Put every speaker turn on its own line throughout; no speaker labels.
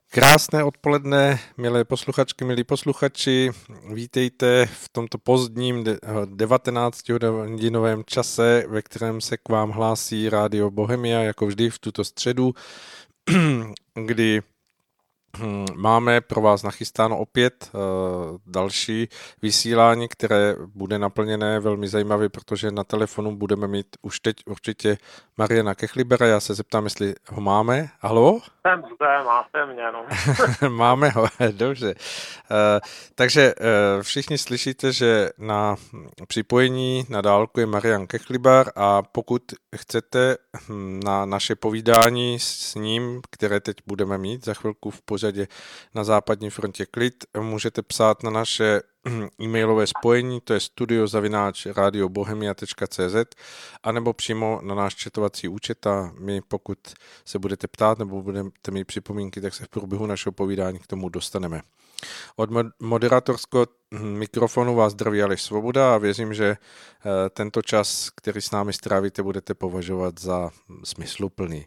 Krásné odpoledne, milé posluchačky, milí posluchači. Vítejte v tomto pozdním 19hodinovém čase, ve kterém se k vám hlásí Rádio Bohemia, jako vždy v tuto středu, kdy máme pro vás nachystáno opět další vysílání, které bude naplněné velmi zajímavě, protože na telefonu budeme mít už teď určitě Mariana Kechlibera. Já se zeptám, jestli ho máme. Haló?
Jsem zde, máte mě, no.
Máme ho, dobře. Takže všichni slyšíte, že na připojení na dálku je Marian Kechlibar a pokud chcete na naše povídání s ním, které teď budeme mít za chvilku v pořadě na západní frontě klid, můžete psát na naše e-mailové spojení, to je studio@radiobohemia.cz anebo přímo na náš chatovací účet a my, pokud se budete ptát nebo budete mít připomínky, tak se v průběhu našeho povídání k tomu dostaneme. Od moderátorského mikrofonu vás zdraví Aleš Svoboda a věřím, že tento čas, který s námi strávíte, budete považovat za smysluplný.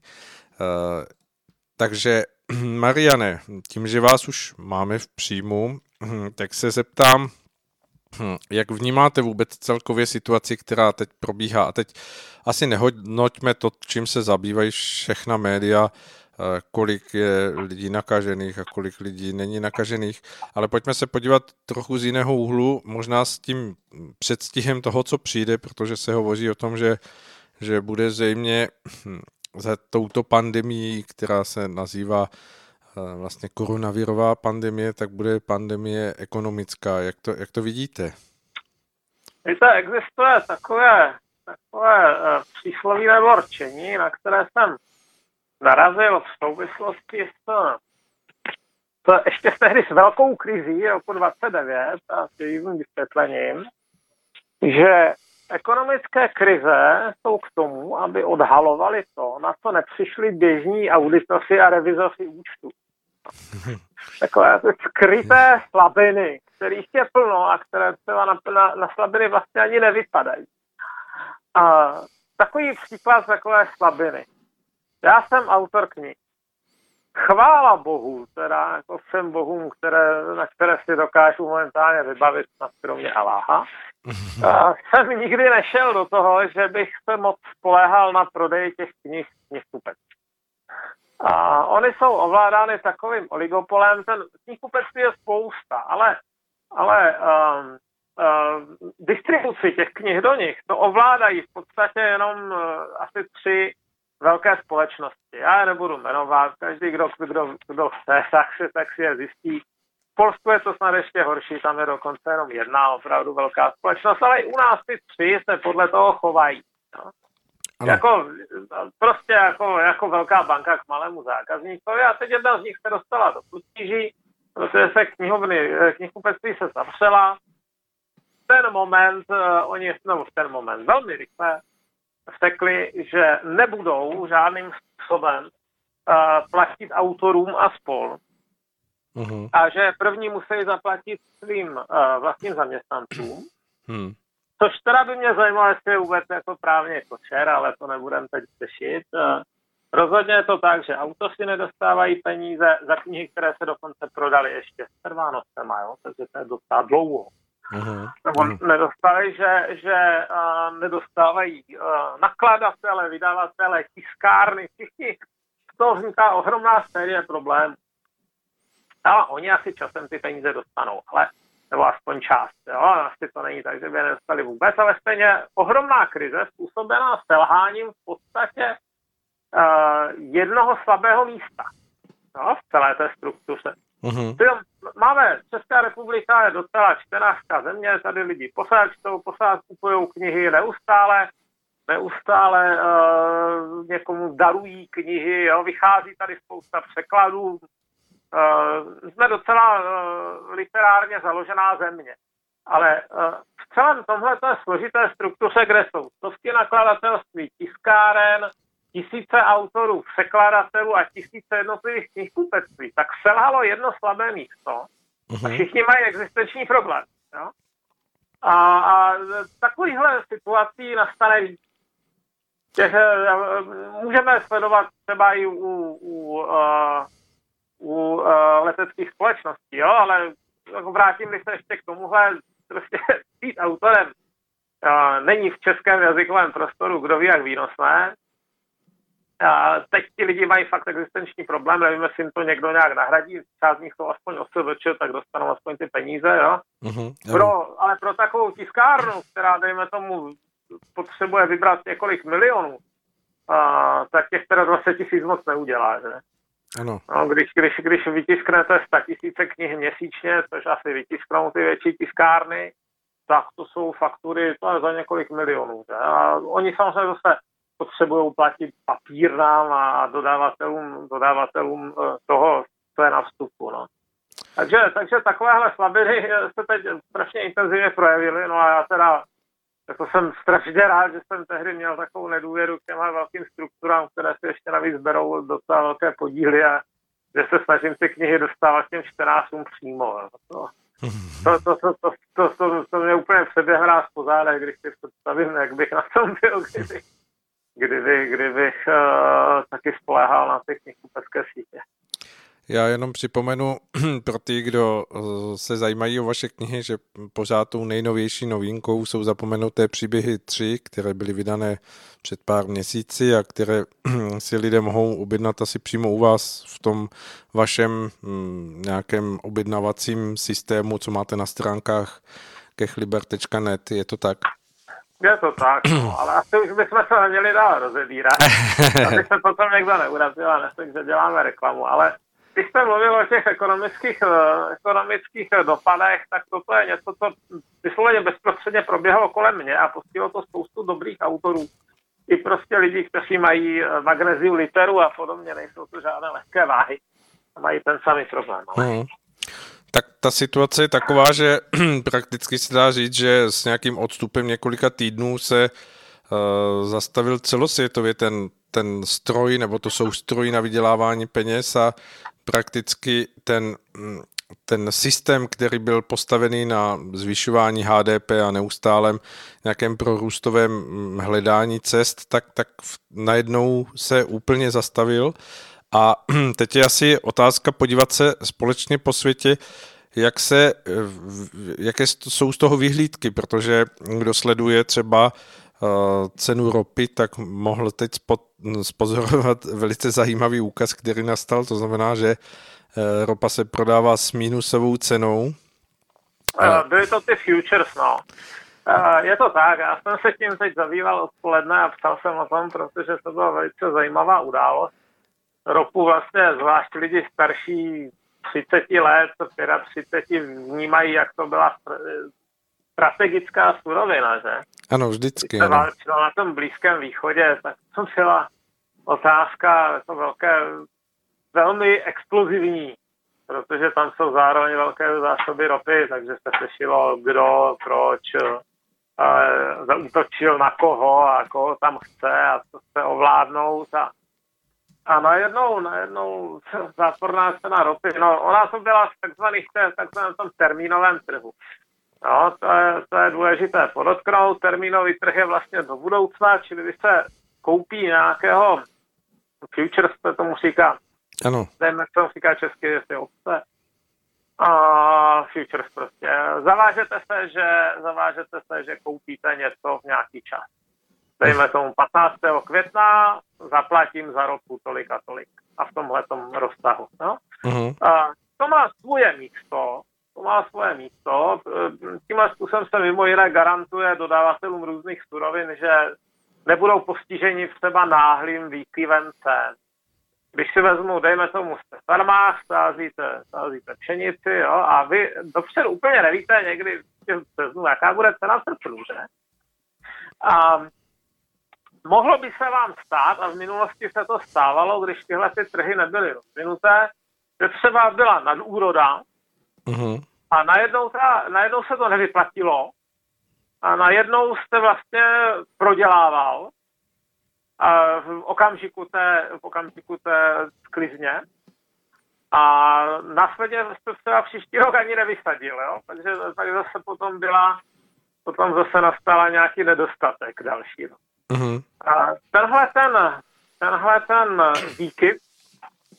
Takže Mariane, tím, že vás už máme v příjmu, tak se zeptám, jak vnímáte vůbec celkově situaci, která teď probíhá? A teď asi nehodnoťme to, čím se zabývají všechna média, kolik je lidí nakažených a kolik lidí není nakažených, ale pojďme se podívat trochu z jiného úhlu, možná s tím předstihem toho, co přijde, protože se hovoří o tom, že bude zřejmě za touto pandemií, která se nazývá vlastně koronavirová pandemie, tak bude pandemie ekonomická. Jak to vidíte?
Víte, existuje takové přísloví nebo rčení, na které jsem narazil v souvislosti ještě tehdy s velkou krizí roku 29 a s jejím vysvětlením, že ekonomické krize jsou k tomu, aby odhalovali to, na co nepřišli běžní auditoři a revizoři účtu. Takové skryté slabiny, kterých je plno a které třeba na slabiny vlastně ani nevypadají. A takový příklad takové slabiny. Já jsem autor knih. Chvála Bohu, teda jako všem bohům, na které si dokážu momentálně vybavit, snad kromě Aláha, jsem nikdy nešel do toho, že bych se moc spoléhal na prodej těch knih knihkupectví. A oni jsou ovládány takovým oligopolem, ten knihkupectví je spousta, ale distribuci těch knih do nich, to ovládají v podstatě jenom asi 3 velké společnosti. Já je nebudu jmenovat, každý, kdo chce, tak si je zjistí. V Polsku je to snad ještě horší, tam je dokonce jenom jedna opravdu velká společnost, ale i u nás ty 3 se podle toho chovají. No. Jako velká banka k malému zákazníkovi a teď jedna z nich se dostala do potíží, protože se knihkupectví se zavřela. V ten moment velmi rychle řekli, že nebudou žádným způsobem platit autorům a spol. A že první musí zaplatit svým vlastním zaměstnancům. Což teda by mě zajímalo, jestli je vůbec jako právně košer, ale to nebudeme teď řešit. Rozhodně je to tak, že autoři nedostávají peníze za knihy, které se dokonce prodaly ještě s Vánocema, jo? Takže to je docela dlouho. Nedostávají nakladatele, vydavatele, tiskárny, všichni. Z toho vzniká ohromná série problémů. Ale oni asi časem ty peníze dostanou, nebo aspoň část. Jo? Asi to není tak, že by je nedostali vůbec, ale stejně ohromná krize způsobená selháním v podstatě jednoho slabého místa, jo? V celé té struktuře. Česká republika je docela čtenářská země, tady lidi pořád kupují knihy neustále někomu darují knihy, jo? Vychází tady spousta překladů. Jsme docela literárně založená země. Ale v celém tomhleté složité struktuře, kde jsou stovky nakladatelství, tiskáren, tisíce autorů, překladatelů a tisíce jednotlivých knihkupectví, tak selhalo jedno slabé místo a všichni mají existenční problém. Jo? A takovýchhle situací nastane víc. Můžeme sledovat třeba i u u leteckých společností, jo, ale jako vrátím se ještě k tomuhle, prostě být autorem není v českém jazykovém prostoru kdo ví jak výnosné. Teď ti lidi mají fakt existenční problém, nevím, jestli jim to někdo nějak nahradí, část z nich to aspoň OSVČ, tak dostanou aspoň ty peníze, jo. Ale pro takovou tiskárnu, která, dejme tomu, potřebuje vybrat několik milionů, tak těch teda 20 000 moc neudělá, že?
Ano.
No, když vytisknete 100 000 knih měsíčně, což asi vytisknou ty větší tiskárny, tak to jsou faktury to je za několik milionů. Že? A oni samozřejmě zase potřebují platit papírnám a dodavatelům toho, co je na vstupu. No. Takže takovéhle slabiny se teď strašně intenzivně projevily, no a já teda jako jsem strašně rád, že jsem tehdy měl takovou nedůvěru k těmhle velkým strukturám, které si ještě navíc berou docela velké podíly a že se snažím ty knihy dostávat těm čtenářům přímo. To mě úplně přeběhná z pozádek, když si představím, jak bych na tom byl, kdybych taky spoléhal na ty knihkupecké sítě.
Já jenom připomenu pro ty, kdo se zajímají o vaše knihy, že pořád tou nejnovější novinkou jsou Zapomenuté příběhy 3, které byly vydané před pár měsíci a které si lidé mohou objednat asi přímo u vás v tom vašem nějakém objednavacím systému, co máte na stránkách kechliber.net. Je to tak?
Je to tak, no, ale asi už bychom se neměli dál rozebírat, aby se potom někdo neurazil a neřekl, že děláme reklamu, ale když jste mluvil o těch ekonomických dopadech, tak toto je něco, co vysloveně bezprostředně proběhlo kolem mě a postihlo to spoustu dobrých autorů. I prostě lidi, kteří mají magnéziu literu a podobně, nejsou to žádné lehké váhy a mají ten samý problém. Ale...
Tak ta situace je taková, že prakticky se dá říct, že s nějakým odstupem několika týdnů se zastavil celosvětově ten stroj nebo to soustroj na vydělávání peněz a prakticky ten systém, který byl postavený na zvyšování HDP a neustálem nějakém prorůstovém hledání cest, tak najednou se úplně zastavil. A teď je asi otázka podívat se společně po světě, jaké jsou z toho vyhlídky, protože kdo sleduje třeba cenu ropy, tak mohl teď spozorovat velice zajímavý úkaz, který nastal, to znamená, že ropa se prodává s mínusovou cenou.
Byly to ty futures, no. Je to tak, já jsem se tím teď zabýval odpoledne a psal jsem o tom, protože to byla velice zajímavá událost. Ropu vlastně zvlášť lidi starší 30 let, 35 vnímají, jak to byla strategická surovina, že?
Ano, vždycky.
Když se válčilo na tom Blízkém východě, tak to byla otázka to velmi explozivní, protože tam jsou zároveň velké zásoby ropy, takže se řešilo, kdo, proč, zaútočil na koho a koho tam chce a co chce ovládnout a najednou záporná cena ropy, no ona to byla v takzvaném tom termínovém trhu. No, to je důležité podotknout. Termínový trh je vlastně do budoucna, čili když se koupí nějakého futures, to tomu říká.
Ano.
Dejme, co říká česky, jestli obce. A futures prostě. Zavážete se, že koupíte něco v nějaký čas. Dejme tomu 15. května, zaplatím za ropu tolik a tolik. A v tomhletom rozsahu. No? To má svoje místo. Tímhle způsobem se mimo jiné garantuje dodavatelům různých surovin, že nebudou postiženi třeba náhlým výkyvem cen. Když si vezmu, dejme tomu, jste farmář, sázíte pšenici, jo, a vy dopředu úplně nevíte někdy v březnu, jaká bude cena v srpnu, že? A mohlo by se vám stát, a v minulosti se to stávalo, když tyhle ty trhy nebyly rozvinuté, že třeba byla nadúroda, a najednou se to nevyplatilo a najednou jste vlastně prodělával v okamžiku té sklizně a následně jste třeba příští rok ani nevysadil, jo? Takže zase potom zase nastala nějaký nedostatek další. No. A tenhle ten výkyv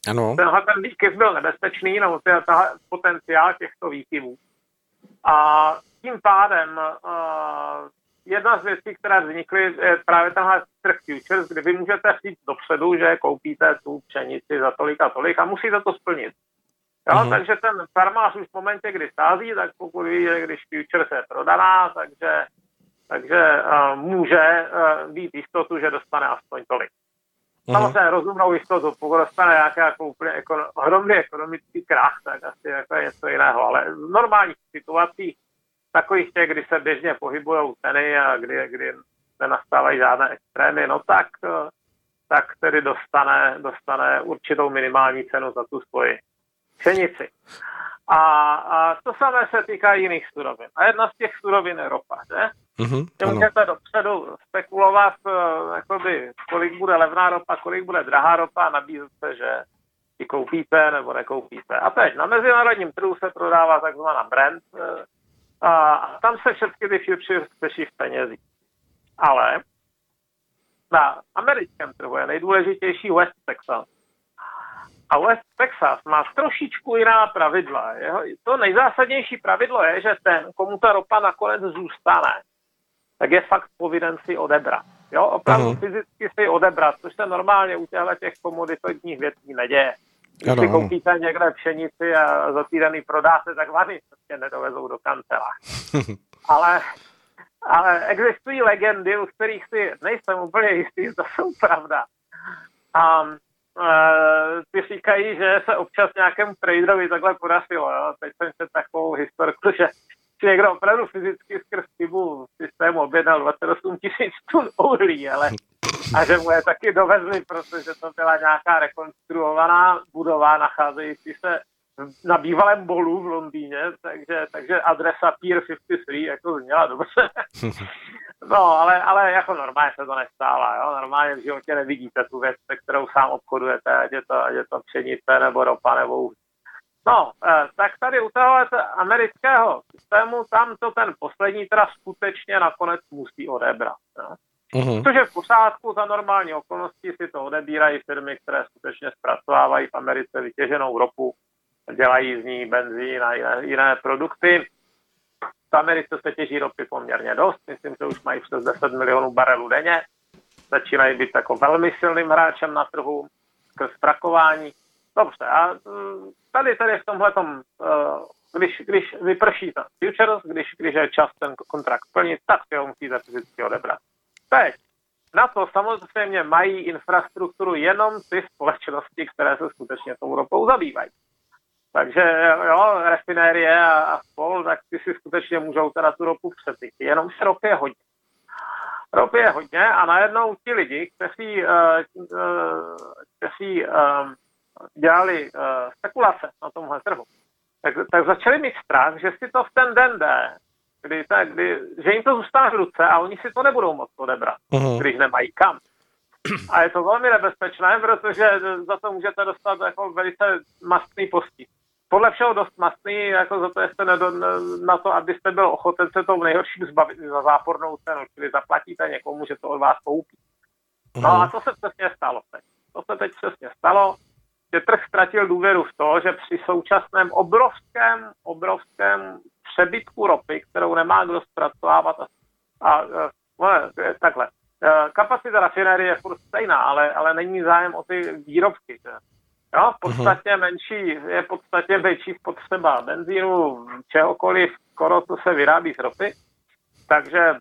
Ano.
Ten výkyv byl nebezpečný, nebo potenciál těchto výkyvů. A tím pádem jedna z věcí, které vznikly, je právě tenhle trh futures, kdy vy můžete říct dopředu, že koupíte tu pšenici za tolik a tolik a musíte to splnit. Jo, takže ten farmář už v momentě, kdy sází, tak pokud ví, že když futures je prodaná, takže může být jistotu, že dostane aspoň tolik. Samozřejmě rozumnou jistotu, pokud dostane nějaký jako úplně ohromný ekonomický krach, tak asi jako je něco jiného, ale v normálních situacích takových těch, kdy se běžně pohybují ceny a kdy nenastávají žádné extrémy, no tak tedy dostane určitou minimální cenu za tu svoji pšenici. A to samé se týká jiných surovin. A jedna z těch surovin je ropa, že? Můžete dopředu spekulovat, jakoby, kolik bude levná ropa, kolik bude drahá ropa a nabízet se, že ji koupíte nebo nekoupíte. A teď na mezinárodním trhu se prodává takzvaná Brent a tam se všechny ty futures řeší v penězích. Ale na americkém trhu je nejdůležitější West Texas. A West Texas má trošičku jiná pravidla. To nejzásadnější pravidlo je, že ten, komu ta ropa nakonec zůstane, tak je fakt povinen si odebrat. Jo, opravdu fyzicky si odebrat, což se normálně u těch komoditních věcí neděje. Když si koupíte někde pšenici a za týden ji prodáte, tak vám ji prostě nedovezou do kanceláře. Ale existují legendy, u kterých si nejsem úplně jistý, to jsou pravda. Ty říkají, že se občas nějakému traderovi takhle podařilo. Jo? Teď jsem se takovou historku, že si někdo opravdu fyzicky skrz chybu v systému objednal 28 000 tun uhlí, a že mu je taky dovezli, protože to byla nějaká rekonstruovaná budova nacházející se na bývalém Bolu v Londýně, takže adresa Pier 53 jako zněla dobře. No, ale jako normálně se to nestává, jo? Normálně v životě nevidíte tu věc, se kterou sám obchodujete, ať je to pšenice nebo ropa nebo uhlí. No, tak tady u toho amerického systému, tam to ten poslední teda skutečně nakonec musí odebrat. Jo? Což je v pořádku, za normální okolnosti si to odebírají firmy, které skutečně zpracovávají v Americe vytěženou ropu, dělají z ní benzín a jiné produkty. V Americe se těží ropy poměrně dost, myslím, že už mají přes 10 milionů barelů denně. Začínají být jako velmi silným hráčem na trhu skrz frakování. Dobře, a tady v tomhletom, když vyprší ten futures, když je čas ten kontrakt plnit, tak si ho musíte fyzicky odebrat. Teď, na to samozřejmě mají infrastrukturu jenom ty společnosti, které se skutečně tou ropou zabývají. Takže jo, refinérie a spol, tak ty si skutečně můžou teda tu ropu přetit. Jenom se ropy je hodně. Ropy je hodně a najednou ti lidi, kteří dělali spekulace na tomhle trhu, tak začali mít strach, že si to v ten den jde, že jim to zůstane v ruce a oni si to nebudou moct odebrat, když nemají kam. A je to velmi nebezpečné, protože za to můžete dostat jako velice mastný postih. Podle všeho dost mastný, jako za to jste na to, abyste byl ochoten se to v nejhorším zbavit za zápornou cenu, čili zaplatíte někomu, že to od vás koupí. No a to se přesně stalo teď. To se teď přesně stalo, že trh ztratil důvěru v to, že při současném obrovském přebytku ropy, kterou nemá kdo zpracovávat takhle. Kapacita rafinérie je furt stejná, ale není zájem o ty výrobky. Že? Jo, je podstatně menší spotřeba benzínu, čehokoliv, skoro to se vyrábí z ropy. Takže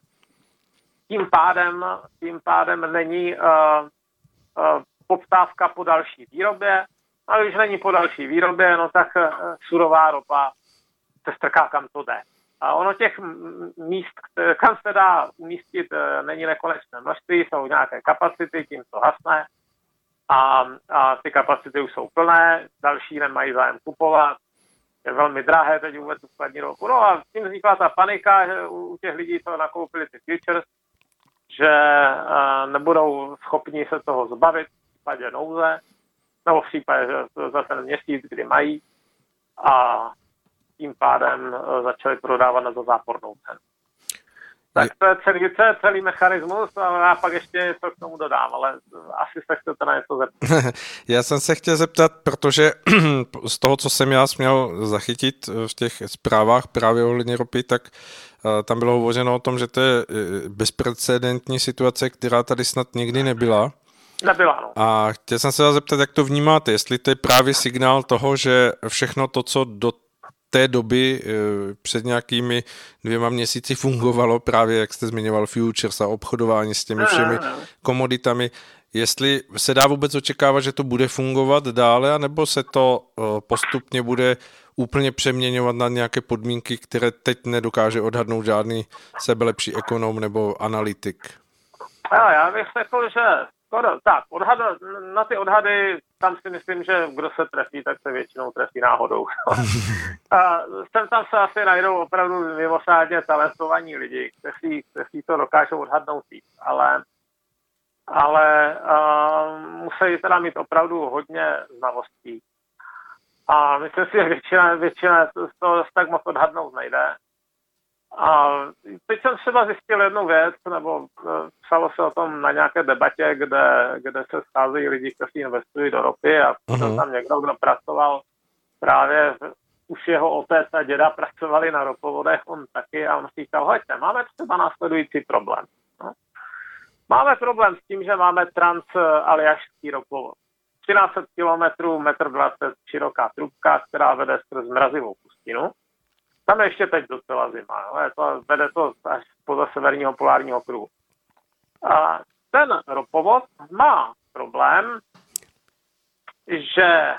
tím pádem není poptávka po další výrobě. A když není po další výrobě, no tak surová ropa se strká, kam to jde. A ono těch míst, kam se dá umístit, není nekonečné množství, jsou nějaké kapacity, tím to hasne. A ty kapacity už jsou plné, další nemají zájem kupovat. Je velmi drahé teď vůbec skladní ropu. No a tím vznikla ta panika, že u těch lidí, co nakoupili ty futures, že nebudou schopni se toho zbavit v případě nouze, nebo v případě, že za ten měsíc, kdy mají, a tím pádem začali prodávat na to zápornou cenu. Tak to je celý mechanismus a já pak ještě něco k tomu dodám, ale asi se chcete na něco zeptat.
Já jsem se chtěl zeptat, protože z toho, co jsem já směl zachytit v těch zprávách právě ohledně ropy, tak tam bylo hovořeno o tom, že to je bezprecedentní situace, která tady snad nikdy nebyla.
Nebyla, no.
A chtěl jsem se vás zeptat, jak to vnímáte, jestli to je právě signál toho, že všechno to, co do té doby před nějakými 2 měsíci fungovalo, právě jak jste zmiňoval futures a obchodování s těmi všemi komoditami, jestli se dá vůbec očekávat, že to bude fungovat dále, anebo se to postupně bude úplně přeměňovat na nějaké podmínky, které teď nedokáže odhadnout žádný sebelepší ekonom nebo analytik?
Já bych řekl, že tak, na ty odhady, tam si myslím, že kdo se trefí, tak se většinou trefí náhodou. A tam se asi najdou opravdu mimořádně talentovaní lidi, kteří to dokážou odhadnout víc, ale musí teda mít opravdu hodně znalostí. A myslím si, že většina to tak moc odhadnout nejde. A teď jsem třeba zjistil jednu věc, nebo psalo se o tom na nějaké debatě, kde se scházejí lidi, kteří investují do ropy a tam někdo, kdo pracoval právě, už jeho otec a děda pracovali na ropovodech, on taky, a on říkal, hoďte, máme třeba následující problém. No. Máme problém s tím, že máme transaljašský ropovod. 1300 km, 1,20 m široká trubka, která vede skrz mrazivou pustinu. Tam je ještě teď docela zima, vede to až poza severního polárního kruhu. A ten ropovod má problém, že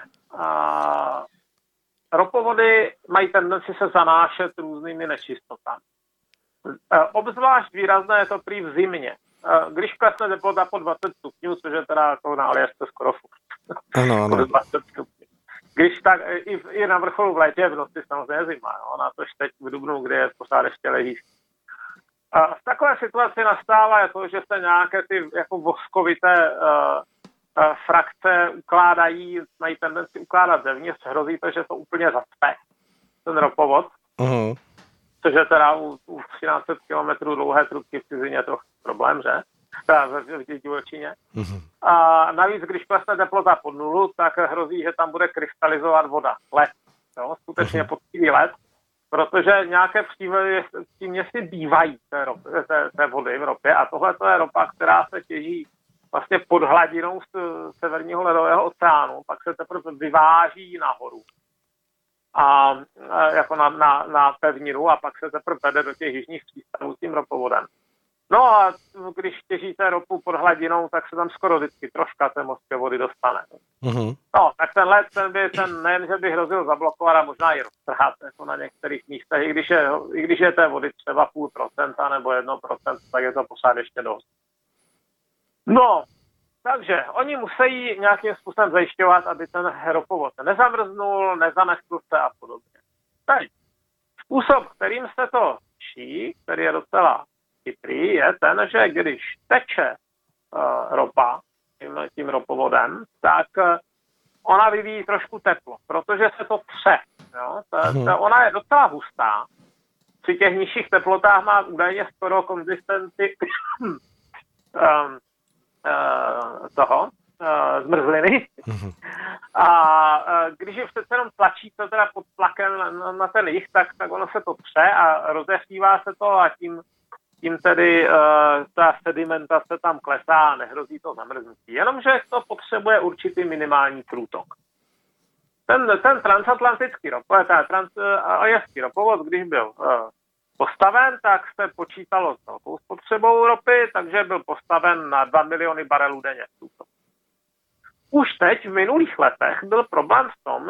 ropovody mají tendenci se zanášet různými nečistotami. Obzvlášť výrazné je to prý v zimě. Když klesne teplota po 20 stupňů, což je teda jako na Aljašce skoro furt.
Ano.
20 stupňů. Když tak i na vrcholu v létě, v noci samozřejmě zima, na tož teď v dubnu, kdy je pořád ještě lehýšky. A v takové situaci nastává to, že se nějaké ty jako voskovité frakce ukládají, mají tendenci ukládat zevnitř, hrozí to, že to úplně zacpe, ten ropovod, což je teda u 1300 km dlouhé trubky v cizině trochu problém, že? V divočině. A navíc, když klesne teplota pod nulu, tak hrozí, že tam bude krystalizovat voda. Led. Jo? Skutečně poctivý led. Protože nějaké příměsi bývají té vody v ropě a tohle to je ropa, která se těží vlastně pod hladinou severního ledového oceánu, pak se teprve vyváží nahoru. A jako na pevninu a pak se teprve vede do těch jižních přístavů s tím ropovodem. No a když těžíte ropu pod hladinou, tak se tam skoro vždycky troška té mořské vody dostane. No, tak ten led, ten nejen, že by hrozil zablokovat a možná i roztrhat jako na některých místech, i když je té vody třeba 0,5% nebo 1%, tak je to pořád ještě dost. No, takže oni musí nějakým způsobem zajišťovat, aby ten ropovod nezamrznul, nezanestl se a podobně. Teď, způsob, kterým se to řeší, který je docela chytrý, je ten, že když teče ropa tím ropovodem, tak ona vyvíjí trošku teplo, protože se to tře. Jo? Ona je docela hustá. Při těch nižších teplotách má údajně skoro konzistenci zmrzliny. A když je přece jenom tlačí to teda pod tlakem na ten jih, tak ono se to tře a rozehřívá se to a tím tedy ta sedimentace tam klesá a nehrozí to zamrznutí. Jenomže to potřebuje určitý minimální průtok. Ten transatlantický ropovod, aljašský ropovod, když byl postaven, tak se počítalo s velkou spotřebou ropy, takže byl postaven na 2 miliony barelů denně. Už teď v minulých letech byl problém v tom,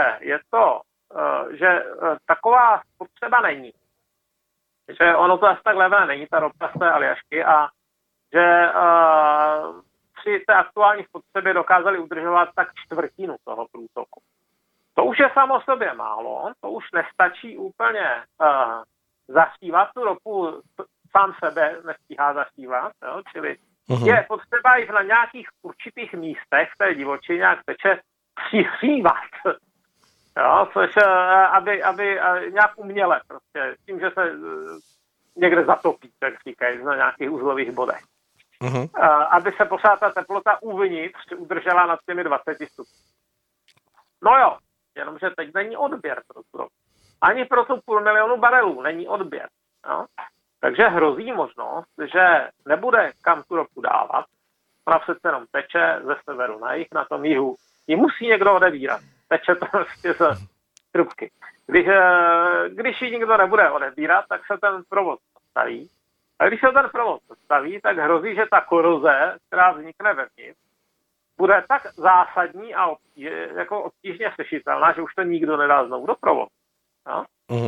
že taková spotřeba není. Že ono to asi tak levné není, ta ropa z té Aljašky, a že při té aktuální spotřebě dokázali udržovat tak 1/4 toho průtoku. To už je samo sobě málo, to už nestačí úplně zahřívat tu ropu, sám sebe nestíhá zahřívat, jo? Čili je potřeba i na nějakých určitých místech v té divočině, jak teče, přihřívat. Jo, což aby nějak uměle prostě, tím, že se někde zatopí, tak říkají, na nějakých uzlových bodech. Aby se pořád ta teplota uvnitř udržela nad těmi 20 stupni. No jo, jenomže teď není odběr pro tu ropu. Ani pro tu 500 000 barelů není odběr. Jo? Takže hrozí možnost, že nebude kam tu ropu dávat. Ona přece jenom teče ze severu na jih, na tom jihu. Ji musí někdo odebírat. Teče to prostě z trubky. Když ji nikdo nebude odebírat, tak se ten provod postaví. A když se ten provod postaví, tak hrozí, že ta koroze, která vznikne vevnitř, bude tak zásadní a jako obtížně sešitelná, že už to nikdo nedá znovu do provodu. No?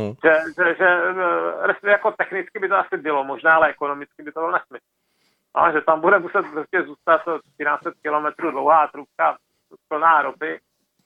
Že jako technicky by to asi bylo možná, ale ekonomicky by to bylo nesmysl. No, že tam bude muset prostě zůstat 1300 kilometrů dlouhá trubka plná ropy,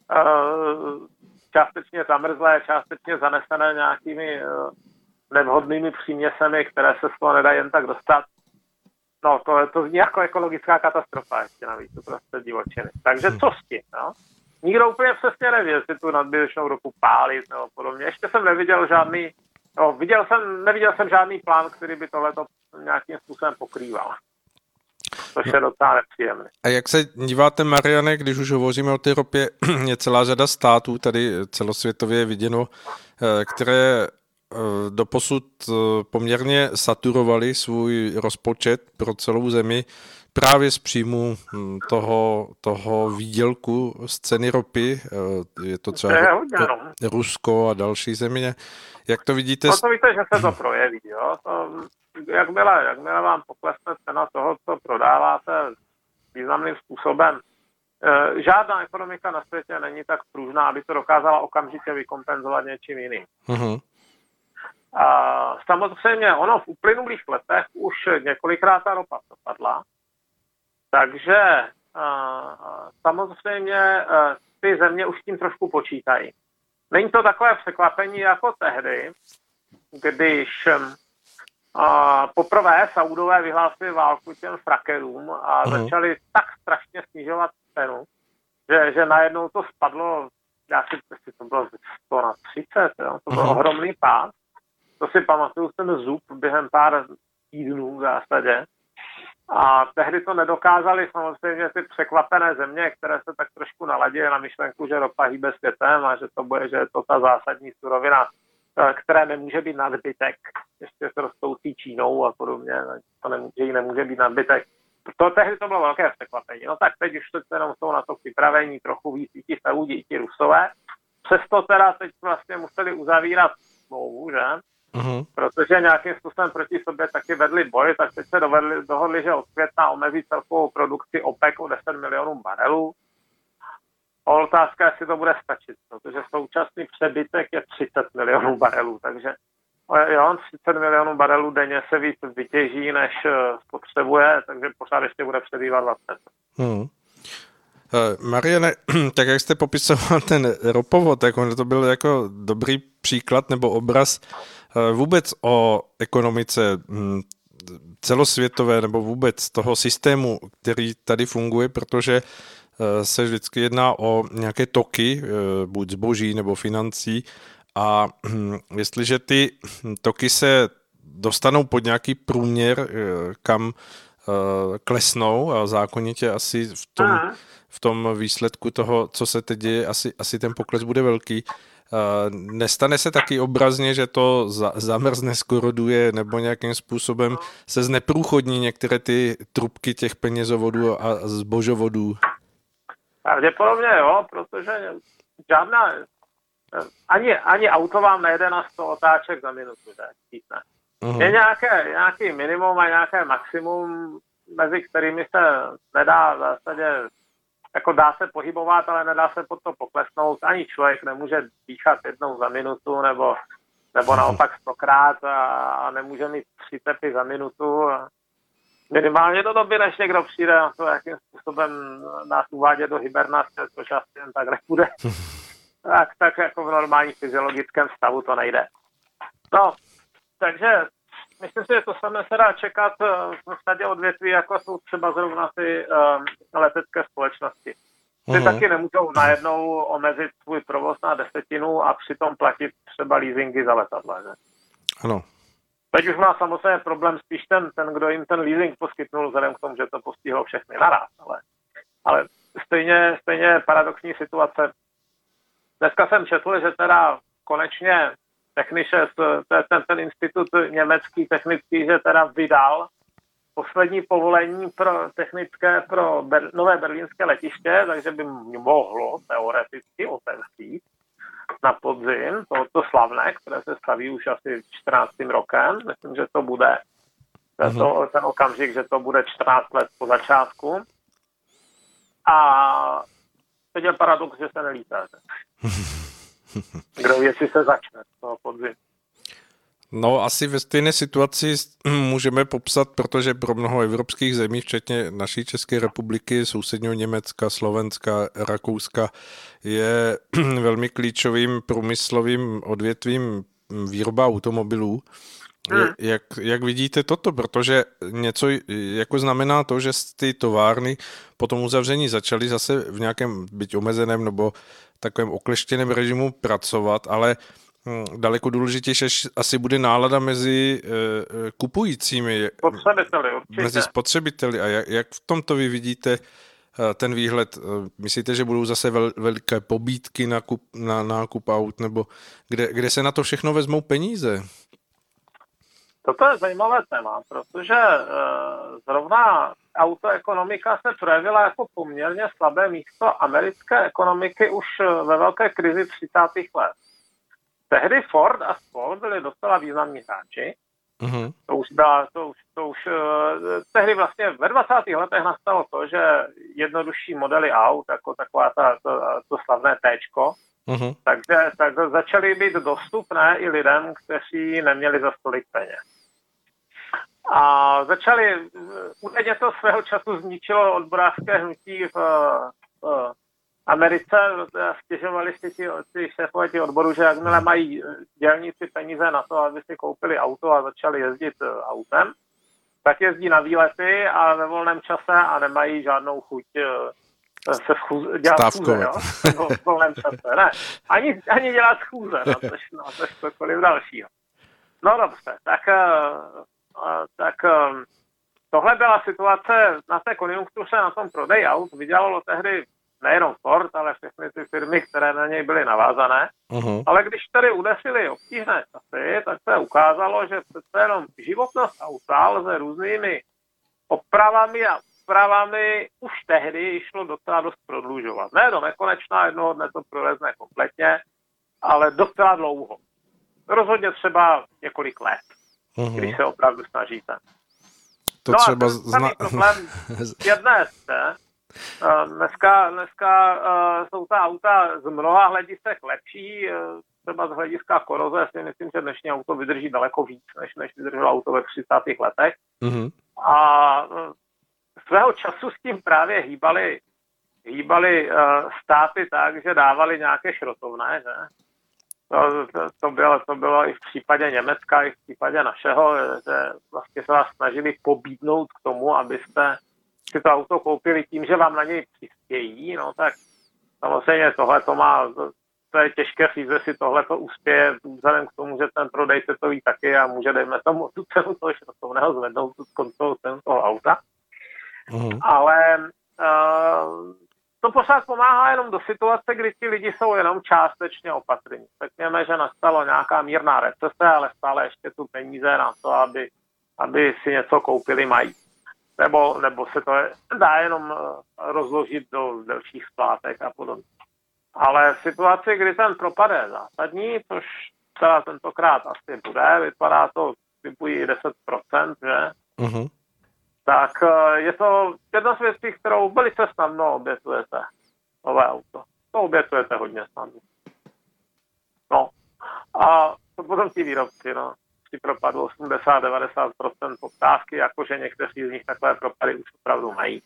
částečně zamrzlé, částečně zanesené nějakými nevhodnými příměsemi, které se z toho nedají jen tak dostat. No, to zní jako ekologická katastrofa ještě navíc, to prostě divočiny. Takže co s tím, no? Nikdo úplně přesně neví, jestli tu nadbytečnou ropu pálit nebo podobně. Ještě jsem neviděl žádný, neviděl jsem žádný plán, který by tohleto nějakým způsobem pokrýval. Což je docela nepříjemné.
A jak se díváte, Mariane, když už hovoříme o té ropě, je celá řada států, tady celosvětově viděno, které doposud poměrně saturovali svůj rozpočet pro celou zemi právě z příjmu toho výdělku z ceny ropy. Je to třeba Rusko a další země. Jak to vidíte?
To víte, že se to projeví. Jo? Jakmile vám poklesne cena toho, co prodáváte významným způsobem, žádná ekonomika na světě není tak pružná, aby to dokázala okamžitě vykompenzovat něčím jiným. Samozřejmě ono v uplynulých letech už několikrát ta ropa propadla, takže samozřejmě ty země už s tím trošku počítají. Není to takové překvapení jako tehdy, když poprvé Saudové vyhlásili válku těm frakerům a začali tak strašně snižovat cenu, že najednou to spadlo, to bylo 100 na 30, jo? To byl ohromný pád. To si pamatuju ten zub během pár týdnů v zásadě. A tehdy to nedokázali samozřejmě ty překvapené země, které se tak trošku naladily na myšlenku, že ropa hýbe světem a že je to ta zásadní surovina, které nemůže být nadbytek, ještě s rostoucí Čínou a podobně, že jí nemůže být nadbytek. Tehdy to bylo velké překvapení. No tak teď už jenom jsou na to připravení trochu víc i ti Saudi, i ti Rusové. Přesto teda teď vlastně museli uzavírat smlouvu, že? Protože nějakým způsobem proti sobě taky vedli boj, tak teď se dohodli, že od května omezí celkovou produkci OPEC o 10 milionů barelů. Otázka, jestli to bude stačit, protože současný přebytek je 30 milionů barelů, takže 30 milionů barelů denně se víc vytěží, než spotřebuje, takže pořád ještě bude přebývat 20.
Mariane, tak jak jste popisoval ten ropovod, tak to byl jako dobrý příklad nebo obraz vůbec o ekonomice celosvětové nebo vůbec toho systému, který tady funguje, protože se vždycky jedná o nějaké toky, buď zboží nebo financí, a jestliže ty toky se dostanou pod nějaký průměr, kam klesnou a zákonitě asi v tom výsledku toho, co se teď děje, asi ten pokles bude velký. Nestane se taky obrazně, že to zamrzne, skoroduje nebo nějakým způsobem se zneprůchodní některé ty trubky těch penězovodů a zbožovodů?
Pravděpodobně jo, protože žádná, ani auto vám nejde na 100 otáček za minutu, že? Je nějaký minimum a nějaké maximum, mezi kterými se nedá v zásadě, jako dá se pohybovat, ale nedá se pod to poklesnout. Ani člověk nemůže dýchat jednou za minutu, nebo naopak 100krát a nemůže mít 3 tepy za minutu. Minimálně do doby, než někdo přijde na to, jakým způsobem nás uvádět do hibernace, což asi jen tak nebude. Tak jako v normálním fyziologickém stavu to nejde. No, takže myslím si, že to samé se dá čekat v podstatě odvětví, jako jsou třeba zrovna ty letecké společnosti. Ty taky nemůžou najednou omezit svůj provoz na 10 a přitom platit třeba leasingy za letadla. Že?
Ano.
Teď už má samozřejmě problém spíš ten, kdo jim ten leasing poskytnul, vzhledem k tomu, že to postihlo všechny naraz. Ale stejně paradoxní situace. Dneska jsem četl, že teda konečně Technisches, ten institut německý technický, že teda vydal poslední povolení pro technické pro nové berlínské letiště, takže by mohlo teoreticky otevřít na podzim tohoto slavné, které se staví už asi 14. rokem. Myslím, že to bude ten okamžik, že to bude 14 let po začátku. A teď je paradox, že se nelítá. Kdo ví, jestli se začne z toho podzim.
No, asi ve stejné situaci můžeme popsat, protože pro mnoho evropských zemí, včetně naší České republiky, sousedního Německa, Slovenska, Rakouska, je velmi klíčovým průmyslovým odvětvím výroba automobilů. Jak vidíte toto? Protože něco jako znamená to, že ty továrny po tom uzavření začaly zase v nějakém byť omezeném nebo takovém okleštěném režimu pracovat, ale daleko důležitější asi bude nálada mezi kupujícími, mezi spotřebiteli. A jak v tomto vy vidíte ten výhled? Myslíte, že budou zase veliké pobídky na nákup aut, nebo kde se na to všechno vezmou peníze?
Toto je zajímavé téma, protože zrovna autoekonomika se projevila jako poměrně slabé místo americké ekonomiky už ve velké krizi 30. let. Tehdy Ford a spol byli docela významní hráči. Mm-hmm. Tehdy vlastně ve 20. letech nastalo to, že jednodušší modely aut, jako taková to slavné T-čko, mm-hmm. takže začaly být dostupné i lidem, kteří neměli za stolik peněz. A údajně to svého času zničilo odborářské hnutí v Americe, stěžovali si ti šéfové těch odborů, že jakmile mají dělníci peníze na to, aby si koupili auto a začali jezdit autem, tak jezdí na výlety a ve volném čase a nemají žádnou chuť se dělat schůze, jo? V volném čase, ne. Ani dělat schůze, na cokoliv dalšího. No dobře, tak tohle byla situace na té konjunktuře, na tom prodej aut. Vydělalo tehdy nejenom Ford, ale všechny ty firmy, které na něj byly navázané. Uh-huh. Ale když tady udeřily obtížné časy, tak se ukázalo, že přece jenom životnost auta lze různými opravami a úpravami už tehdy šlo docela dost prodlužovat. Ne do nekonečna, jednoho dne to prolezne kompletně, ale docela dlouho. Rozhodně třeba několik let, když se opravdu snažíte.
To třeba
problém je dnes, ne? Dneska jsou ta auta z mnoha hledisek lepší, třeba z hlediska koroze si myslím, že dnešní auto vydrží daleko víc, než vydrželo auto ve 30. letech. Mm-hmm. A svého času s tím právě hýbali státy tak, že dávali nějaké šrotovné, že? To bylo i v případě Německa, i v případě našeho, že vlastně se vás snažili pobídnout k tomu, abyste si to auto koupili tím, že vám na něj přispějí, no tak samozřejmě to je těžké říct, že si tohleto uspěje vzhledem k tomu, že ten prodejce to ví taky a může, dejme tomu, tu cenu toho šrotovného zvednout tu kontrolu cenu toho auta. Mm. Ale to pořád pomáhá jenom do situace, kdy ti lidi jsou jenom částečně opatrní. Řekněme, že nastalo nějaká mírná recese, ale stále ještě tu peníze na to, aby si něco koupili mají. Nebo se to dá jenom rozložit do delších splátek a podobně. Ale v situaci, kdy ten propad je zásadní, což celá tentokrát asi bude, vypadá to typují 10%, že? Uh-huh. Tak je to jedna z věcí, kterou velice snadno obětujete. Nové auto. To obětujete hodně snadno. No. A to potom ti výrobci, no. Při propadu 80-90% poptávky, jakože někteří z nich takové propady už opravdu mají.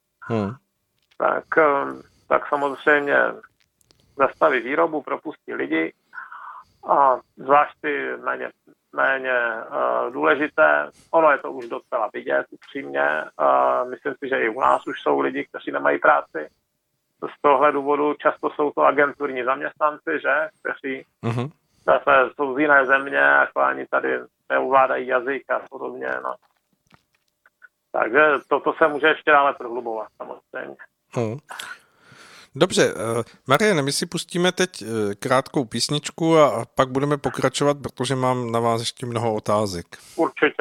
Tak samozřejmě zastaví výrobu, propustí lidi a zvlášť ty méně důležité. Ono je to už docela vidět, upřímně. Myslím si, že i u nás už jsou lidi, kteří nemají práci. Z tohle důvodu často jsou to agenturní zaměstnanci, že? Kteří Zase jsou z jiné země, jako ani tady neuvládají jazyk a podobně. No. Takže toto se může ještě dále prohlubovat, samozřejmě.
Dobře, Mariane, my si pustíme teď krátkou písničku a pak budeme pokračovat, protože mám na vás ještě mnoho otázek.
Určitě.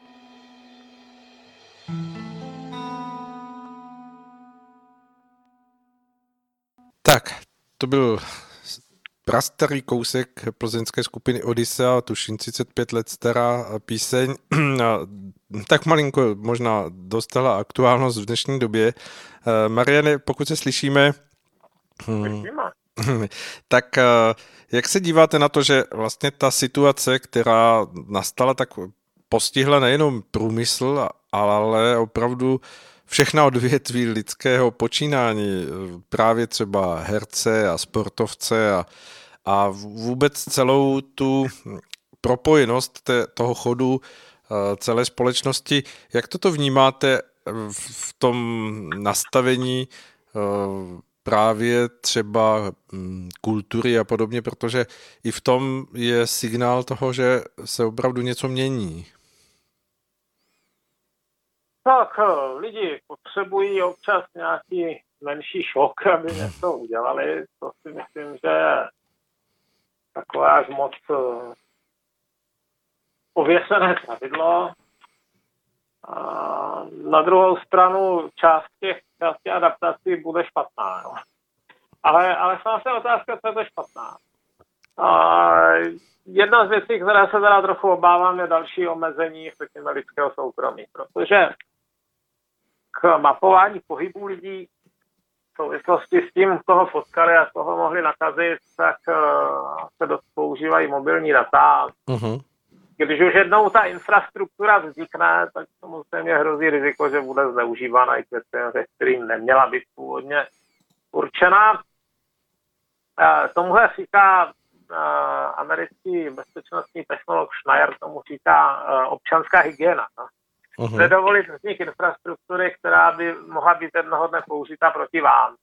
Tak, to byl prastarý kousek plzeňské skupiny Odyssea, tuším 35 let stará píseň, tak malinko možná dostala aktuálnost v dnešní době. Mariane, pokud se slyšíme, tak jak se díváte na to, že vlastně ta situace, která nastala, tak postihla nejenom průmysl, ale opravdu všechna odvětví lidského počínání, právě třeba herce a sportovce a vůbec celou tu propojenost toho chodu celé společnosti. Jak toto vnímáte v tom nastavení právě třeba kultury a podobně, protože i v tom je signál toho, že se opravdu něco mění.
Tak lidi potřebují občas nějaký menší šok, aby něco udělali. To si myslím, že je takové až moc ověsené pravidlo. A na druhou stranu část těch adaptací bude špatná. Jo. Ale sama se otázka, co je to špatná. A jedna z věcí, které se teda trochu obávám, je další omezení lidského soukromí, protože k mapování pohybu lidí v souvislosti s tím, koho potkali a koho mohli nakazit, tak se dost používají mobilní data. Uh-huh. Když už jednou ta infrastruktura vznikne, tak samozřejmě hrozí riziko, že bude zneužívána i k kterým neměla být původně určená. Tomuhle říká americký bezpečnostní technolog Schneier, tomu říká občanská hygiena. Uh-huh. Nedovolit vznik infrastruktury, která by mohla být jednoho dne použita proti vám.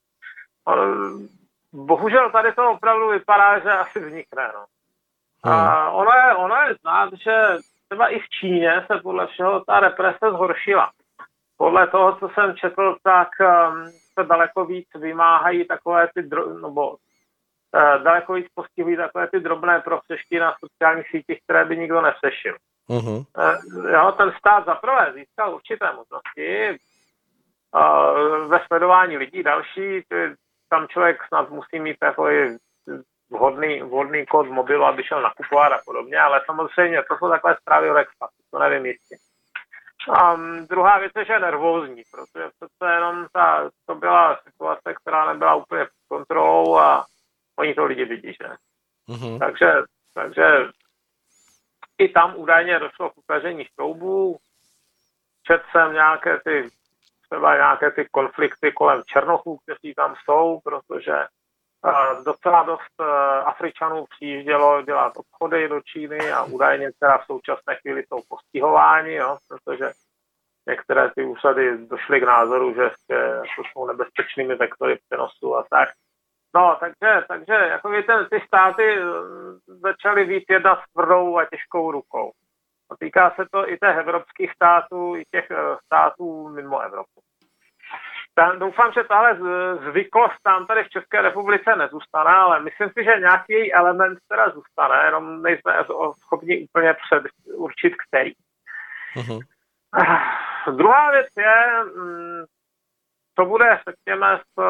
Bohužel tady to opravdu vypadá, že asi vznikne. No. A ono je znát, že třeba i v Číně se podle všeho ta represe zhoršila. Podle toho, co jsem četl, tak se daleko víc vymáhají takové ty daleko víc postihují takové ty drobné prohřešky na sociálních sítích, které by nikdo nesešil. Uh-huh. Jo, ten stát zaprvé získal určité možnosti ve sledování lidí. Další, tam člověk snad musí mít takový vhodný kód mobilu, aby šel nakupovat a podobně, ale samozřejmě to jsou takové zprávy o Rexfatu, to nevím jistě. Druhá věc je, že je nervózní, protože přece jenom to byla situace, která nebyla úplně pod kontrolou a oni to lidi vidí, že? Uh-huh. Takže i tam údajně došlo k utažení šroubů. Četl jsem nějaké ty konflikty kolem Černochů, kteří tam jsou, protože docela dost Afričanů přijíždělo dělat obchody do Číny a údajně teda v současné chvíli jsou postihováni, jo, protože některé ty úřady došly k názoru, že to jsou nebezpečnými vektory přenosu a tak. No, takže jako ty státy začaly být jednat s tvrdou a těžkou rukou. A týká se to i těch evropských států, i těch států mimo Evropu. Doufám, že tahle zvyklost tam tady v České republice nezůstane, ale myslím si, že nějaký její element teda zůstane, jenom nejsme schopni úplně určit který. Uh-huh. Druhá věc je, co bude, řekněme, s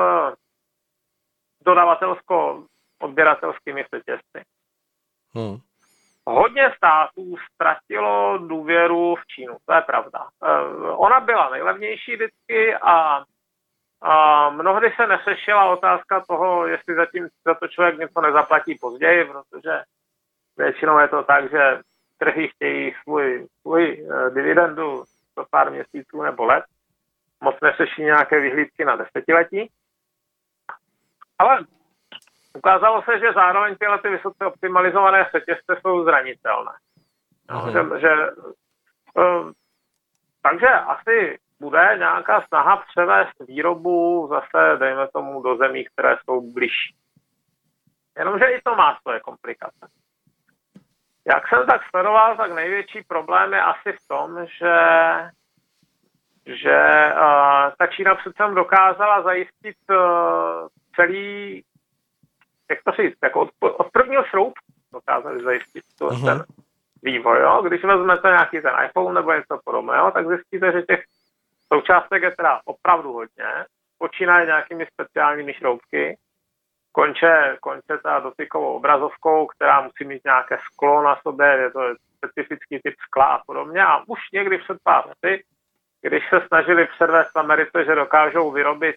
dodavatelsko-odběratelskými řetězci. Hodně států ztratilo důvěru v Čínu, to je pravda. Ona byla nejlevnější vždycky a mnohdy se nesešila otázka toho, jestli za to člověk něco nezaplatí později, protože většinou je to tak, že trhy chtějí svůj dividendu za pár měsíců nebo let. Moc neseší nějaké vyhlídky na desetiletí. Ale ukázalo se, že zároveň tyhle ty vysoce optimalizované řetězce jsou zranitelné. Takže asi bude nějaká snaha převést výrobu zase, dejme tomu, do zemí, které jsou bližší. Jenomže i to má svoje komplikace. Jak jsem tak sledoval, tak největší problém je asi v tom, že ta Čína přece dokázala zajistit celý, jak to říct, jako od prvního šroubku dokázali zajistit ten vývoj. Jo? Když vezmete nějaký ten iPhone nebo něco podobného, tak zjistíte, že těch součástek je teda opravdu hodně. Počínaje nějakými speciálními šroubky, konče ta dotykovou obrazovkou, která musí mít nějaké sklo na sobě, je to specifický typ skla a podobně. A už někdy před pár lety, když se snažili předvést v Americe, že dokážou vyrobit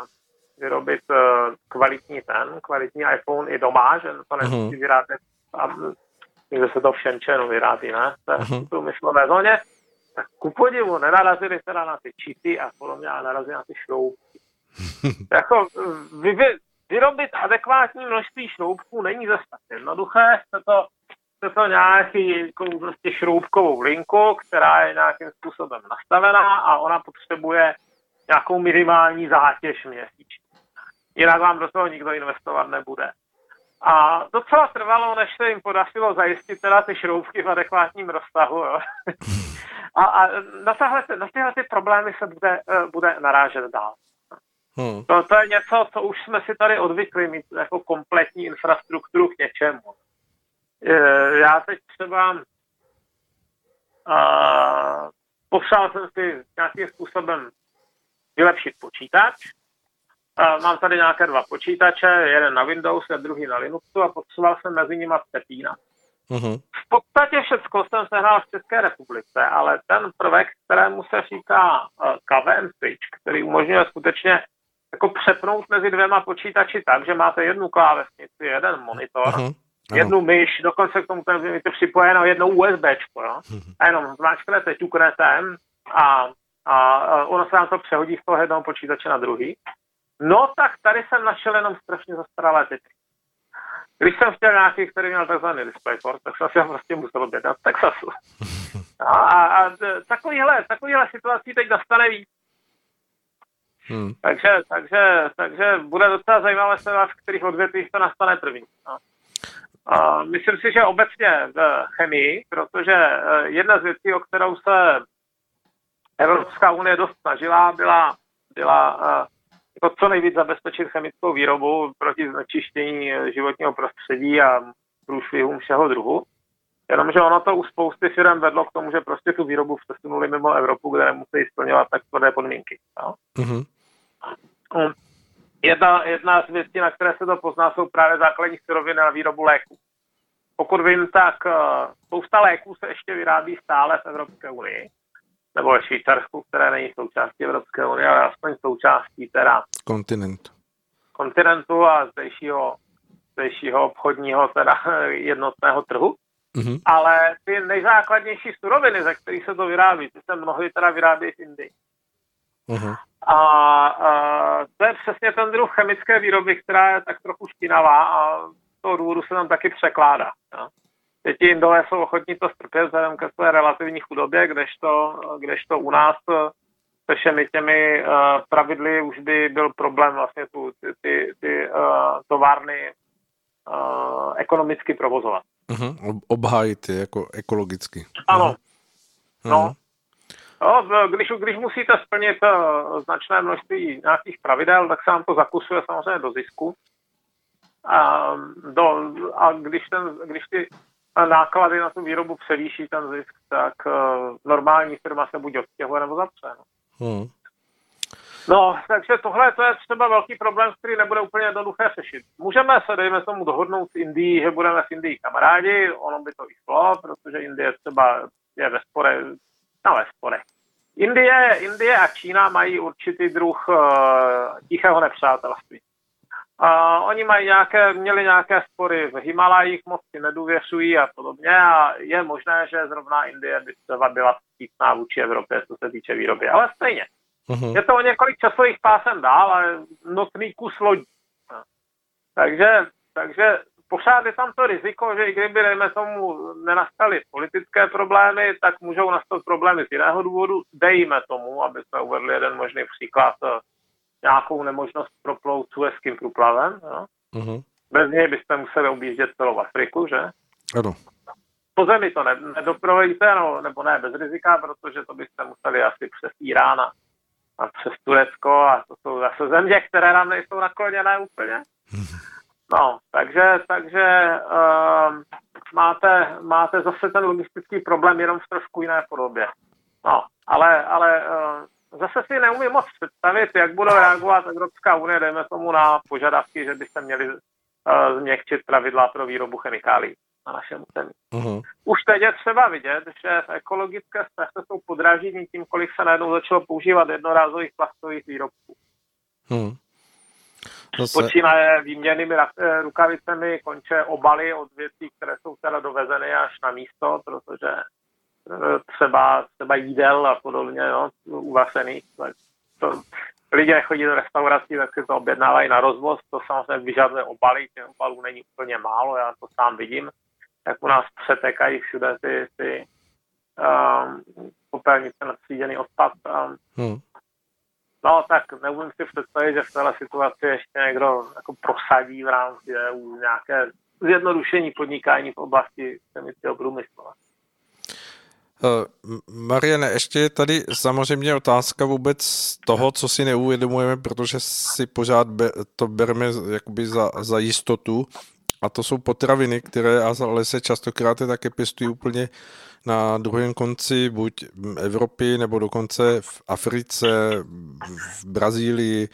kvalitní iPhone i doma, že to nemusí vyrábět, že se to v Shenzhenu vyrábí, ne? V průmyslové zóně. Tak ku podivu nenarazili teda na ty čipy a podobně, a narazili na ty šroubky. Jako vyrobit adekvátní množství šroubků není zase tak jednoduché, chce to nějaký prostě šroubkovou linku, která je nějakým způsobem nastavená a ona potřebuje nějakou minimální zátěž měsíčně. Jinak vám do toho nikdo investovat nebude. A docela trvalo, než se jim podařilo zajistit teda ty šroubky v adekvátním rozsahu. Jo. A na tyhle ty problémy se bude narážet dál. To je něco, co už jsme si tady odvykli mít jako kompletní infrastrukturu k něčemu. Já teď třeba potřeboval jsem si nějakým způsobem vylepšit počítač. Mám tady nějaké 2 počítače, jeden na Windows a druhý na Linuxu a potřeboval jsem mezi nimi přepínat. V podstatě všecko jsem sehnal v České republice, ale ten prvek, kterému se říká KVM switch, který umožňuje skutečně jako přepnout mezi 2 počítači tak, že máte jednu klávesnici, jeden monitor, jednu myš, dokonce k tomu je připojeno jednou USBčko, jo? A jenom zmáčknete, ťuknete a ono se nám to přehodí z toho jednoho počítače na druhý. No tak tady jsem našel jenom strašně zastaralé typy. Když jsem chtěl nějaký, který měl takzvaný DisplayPort, tak jsem si ho prostě musel objednat v Texasu. A takovýhle situací teď nastane víc. Takže bude docela zajímavé se vás, v kterých odvětvích to nastane první. No. Myslím si, že obecně v chemii, protože jedna z věcí, o kterou se Evropská unie dost snažila, byla jako co nejvíc zabezpečit chemickou výrobu proti znečištění životního prostředí a průšvihům všeho druhu. Jenomže ono to u spousty firm vedlo k tomu, že prostě tu výrobu přesunuli mimo Evropu, kde nemusí splňovat tak tvrdé podmínky. No? Jedna z věcí, na které se to pozná, jsou právě základní suroviny na výrobu léků. Pokud vím, tak spousta léků se ještě vyrábí stále v Evropské unii, nebo ve Švýcarsku, které není součástí Evropské unie, ale aspoň součástí teda kontinentu a zdejšího obchodního teda jednotného trhu. Ale ty nejzákladnější suroviny, ze kterých se to vyrábí, ty se mnohdy teda vyrábí v Indii. A to je přesně ten druh chemické výroby, která je tak trochu špinavá a z toho důvodu se tam taky překládá. No. Teď ti Indové jsou ochotní to strpět vzhledem ke své relativní chudobě, kdežto u nás se všemi těmi pravidly už by byl problém vlastně ty továrny ekonomicky provozovat.
Obhájit je jako ekologicky.
Ano. No, když musíte splnit značné množství nějakých pravidel, tak se vám to zakusuje samozřejmě do zisku. A když ty náklady na tu výrobu převýší ten zisk, tak normální firma se buď odstěhuje nebo zapře. No, takže tohle to je třeba velký problém, který nebude úplně jednoduché řešit. Můžeme se, dejme tomu, dohodnout s Indií, že budeme s Indií kamarádi, ono by to i šlo, protože Indie třeba je ve sporech. Indie a Čína mají určitý druh tichého nepřátelství. Oni měli nějaké spory v Himalajích, moc si nedůvěřují a podobně a je možné, že zrovna Indie by třeba byla vstřícná vůči Evropě, co se týče výroby, ale stejně. Je to o několik časových pásem dál, ale notný kus lodí. Takže pořád je tam to riziko, že i kdyby, dejme tomu, nenastaly politické problémy, tak můžou nastat problémy z jiného důvodu. Dejme tomu, aby jsme uvedli jeden možný příklad, nějakou nemožnost proplout Suezským průplavem. No? Bez něj byste museli objíždět celou Afriku, že?
Ano.
po zemi to nedoprovodíte, nebo ne bez rizika, protože to byste museli asi přes Irán a přes Turecko a to jsou zase země, které nám nejsou nakloněné úplně. No, takže máte zase ten logistický problém jenom v trošku jiné podobě. No, ale zase si neumím moc představit, jak bude reagovat Evropská unie, dejme tomu na požadavky, že byste měli změkčit pravidla pro výrobu chemikálií na našem území. Už teď je třeba vidět, že v ekologické sféře jsou podráždění tím, kolik se najednou začalo používat jednorázových plastových výrobků. Počínaje výměnnými rukavicemi, konče obaly od věcí, které jsou teda dovezeny až na místo, protože třeba jídel a podobně, no, uvařených. Lidé chodí do restaurací, tak si to objednávají na rozvoz, to samozřejmě vyžaduje obaly, těch obalů není úplně málo, já to sám vidím, jak u nás přetékají všude ty popelnice na tříděný odpad. No tak neumím si představit, že v téhle situaci ještě někdo jako prosadí v rámci EU nějaké zjednodušení podnikání v oblasti chemického průmyslu.
Mariane, ještě je tady samozřejmě otázka vůbec toho, co si neuvědomujeme, protože si pořád to bereme jakoby za jistotu, a to jsou potraviny, které ale se častokrát také pěstují úplně na druhém konci buď Evropy, nebo dokonce v Africe, v Brazílii.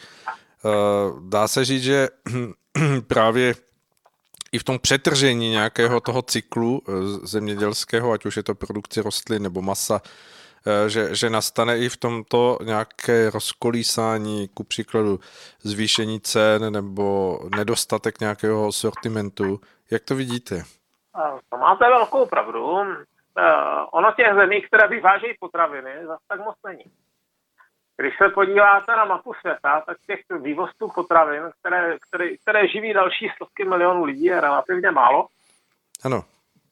Dá se říct, že právě i v tom přetržení nějakého toho cyklu zemědělského, ať už je to produkce rostlin nebo masa, že nastane i v tomto nějaké rozkolísání, ku příkladu zvýšení cen nebo nedostatek nějakého sortimentu. Jak to vidíte?
To máte velkou pravdu. Ono těch zemí, které vyvážejí potraviny, zase tak moc není. Když se podíváte na mapu světa, tak těch vývozců potravin, které živí další stovky milionů lidí, je relativně málo.
Ano.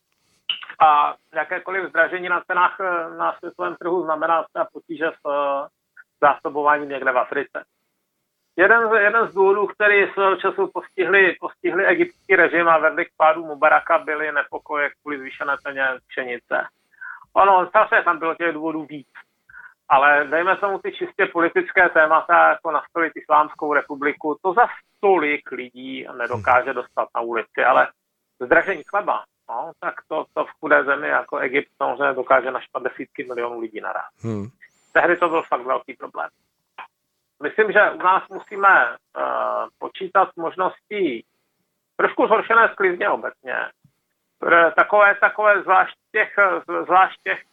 A jakékoliv zdražení na cenách na světovém trhu znamená potíže s zásobováním někde v Africe. Jeden z důvodů, který svého času postihli egyptský režim a vedli k pádu Mubaraka, byly nepokoje kvůli zvýšené ceně pšenice. Zase tam bylo těch důvodů víc. Ale dejme tomu ty čistě politické témata, jako nastolit Islámskou republiku, to za tolik lidí nedokáže dostat na ulici, ale zdražení chleba, no, tak to v chudé zemi jako Egypt samozřejmě dokáže naštvat desítky milionů lidí naraz. Tehdy to byl fakt velký problém. Myslím, že u nás musíme počítat s možností trošku zhoršené sklizně obecně. Takové zvlášť těch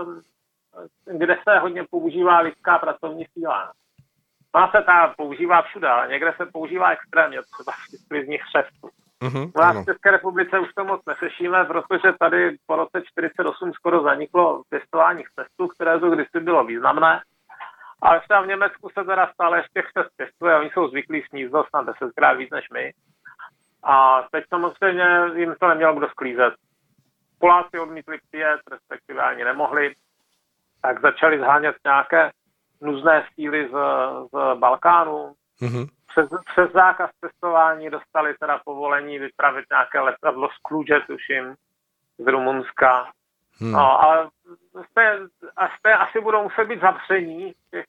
kde se hodně používá lidská pracovní síla. Ona se používá všude, ale někde se používá extrémně, třeba v sklizních chřestů. U nás v České republice už to moc nesešíme, protože tady po roce 1948 skoro zaniklo pěstování chřestů, které to kdysi bylo významné. Ale třeba v Německu se teda stále ještě chřest pěstuje, oni jsou zvyklí sníst dost na 10krát víc než my. A teď samozřejmě jim to nemělo kdo sklízet. Poláci odmítli přijet, respektive ani nemohli, tak začali zhánět nějaké nuzné síly z Balkánu. Přes zákaz cestování dostali teda povolení vypravit nějaké letadlo z Kluže, tuším, z Rumunska. No, ale asi budou muset být zavření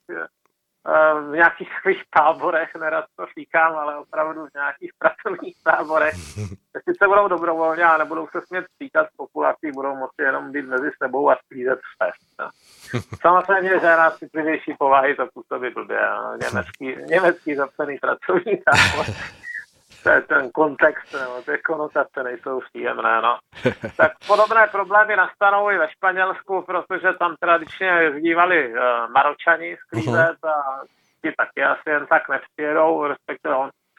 v nějakých svých táborech, nerad to říkám, ale opravdu v nějakých pracovních táborech. Sice budou dobrovolně a nebudou se smět stýkat s populací, budou moci jenom být mezi sebou a sklízet fest. No. Samozřejmě, že na citlivější povahy to působí blbě. No. Německý zapsaný pracovní tábor. Ten kontext, nebo ty konotace nejsou příjemné, no. Tak podobné problémy nastanou i ve Španělsku, protože tam tradičně jezdívali Maročani sklízet a ti taky asi jen tak nepřijedou, respektive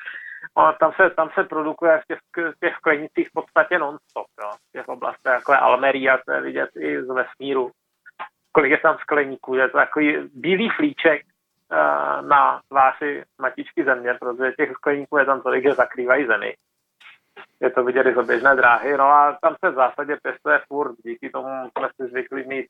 tam se produkuje v těch sklenicích v podstatě non-stop, jo. V těch oblastech, jako je Almería, to je vidět i z vesmíru. Kolik je tam skleníků, je to takový bílý flíček na tváři matičky země, protože těch skleníků je tam tolik, že zakrývají zemi. Je to vidět i z oběžné dráhy, no a tam se v zásadě pěstuje furt, díky tomu jsme si zvykli mít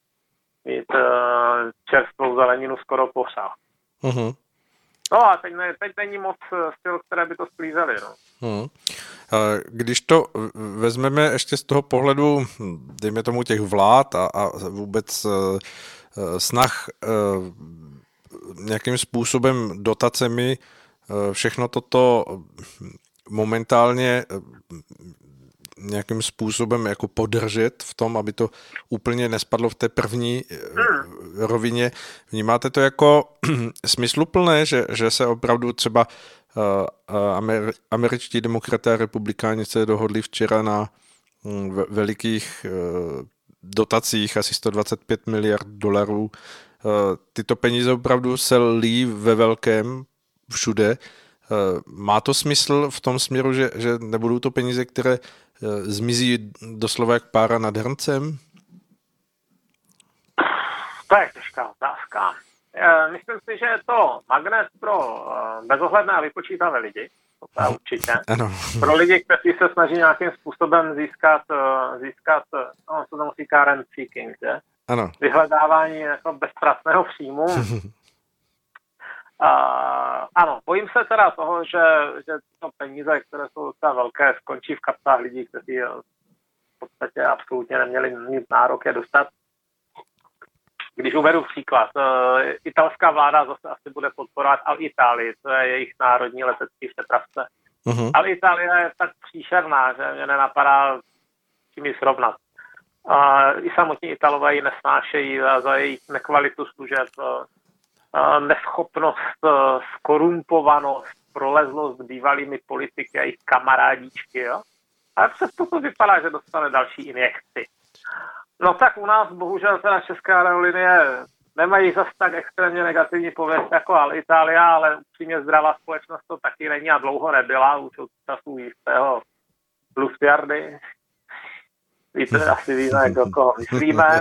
čerstvou zeleninu skoro pořád. No a teď není moc styl, které by to sklízely, no.
Když to vezmeme ještě z toho pohledu, dejme tomu těch vlád a vůbec snah nějakým způsobem dotacemi všechno toto momentálně nějakým způsobem jako podržet v tom, aby to úplně nespadlo v té první rovině. Vnímáte to jako smysluplné, že se opravdu třeba američtí demokraté a republikáni se dohodli včera na velikých dotacích, asi 125 miliard dolarů. Tyto peníze opravdu se lí ve velkém všude. Má to smysl v tom směru, že nebudou to peníze, které zmizí doslova jak pára nad hrncem?
To je těžká otázka. Myslím si, že je to magnet pro bezohledné a vypočítavé lidi. To je určitě.
Ano.
Pro lidi, kteří se snaží nějakým způsobem získat no, co to říká rent seeking, že?
Ano.
Vyhledávání jako bezpracného příjmu. Ano, bojím se teda toho, že to peníze, které jsou docela velké, skončí v kapsách lidí, kteří v podstatě absolutně neměli nic nárok je dostat. Když uvedu příklad, italská vláda zase asi bude podporovat Alitalia, to je jejich národní letecký přepravce. Uh-huh. Alitalia je tak příšerná, že mě nenapadá čím ji srovnat. I samotní Italové ji nesnášejí za jejich nekvalitu služeb, neschopnost, skorumpovanost, prolezlost bývalými politiky a jejich kamarádíčky. Jo? Ale přesto to vypadá, že dostane další injekci. No tak u nás bohužel teda Česká aerolinie nemají zas tak extrémně negativní pověst jako Alitalia, ale upřímně zdravá společnost to taky není a dlouho nebyla, už od času jistého Luftjardy. Víte, asi víme, jak do koho myslíme.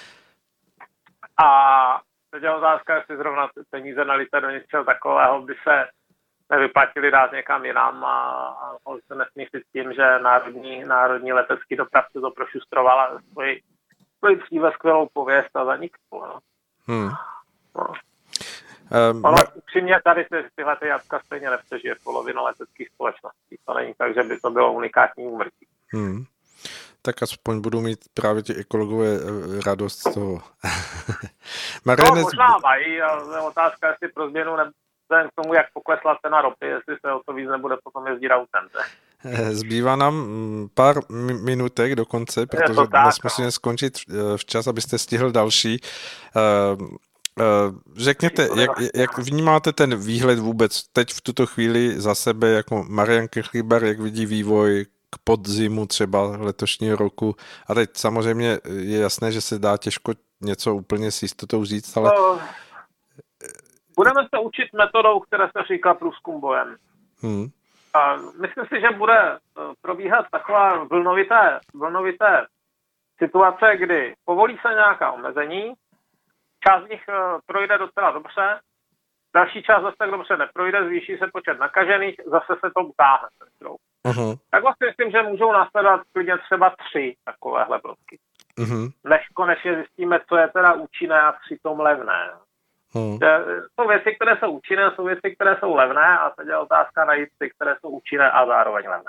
A teď je otázka, jestli zrovna peníze nalité do něčeho takového by se nevyplatili dát někam jinam a se nesmířit s tím, že národní letecký dopravce to prošustrovala svoji dříve skvělou pověst a zanikl. No. No. Ono upřímně tady tyhle jatka stejně nepřežije polovina leteckých společností. To není tak, že by to bylo unikátní úmrtí.
Tak aspoň budou mít právě ti ekologové radost z toho.
No, možná mají, ale otázka, jestli pro změnu vzhledem k tomu, jak poklesla cena ropy, jestli se o to víc nebude potom jezdit autem.
Zbývá nám pár minutek do konce, protože dnes musíme skončit včas, abyste stihl další. Řekněte, jak vnímáte ten výhled vůbec teď v tuto chvíli za sebe, jako Marian Kechlibar, jak vidí vývoj k podzimu třeba letošního roku? A teď samozřejmě je jasné, že se dá těžko něco úplně s jistotou říct, ale...
Budeme se učit metodou, která se říká průzkum bojem. A myslím si, že bude probíhat taková vlnovité situace, kdy povolí se nějaká omezení, část z nich projde docela dobře, další část zase tak dobře neprojde, zvýší se počet nakažených, zase se to utáhne. Tak vlastně myslím, že můžou následovat klidně třeba 3 takovéhle bloky. Než konečně zjistíme, co je teda účinné a přitom levné. Jsou věci, které jsou účinné, jsou věci, které jsou levné a teď je otázka najít ty, které jsou účinné a zároveň levné.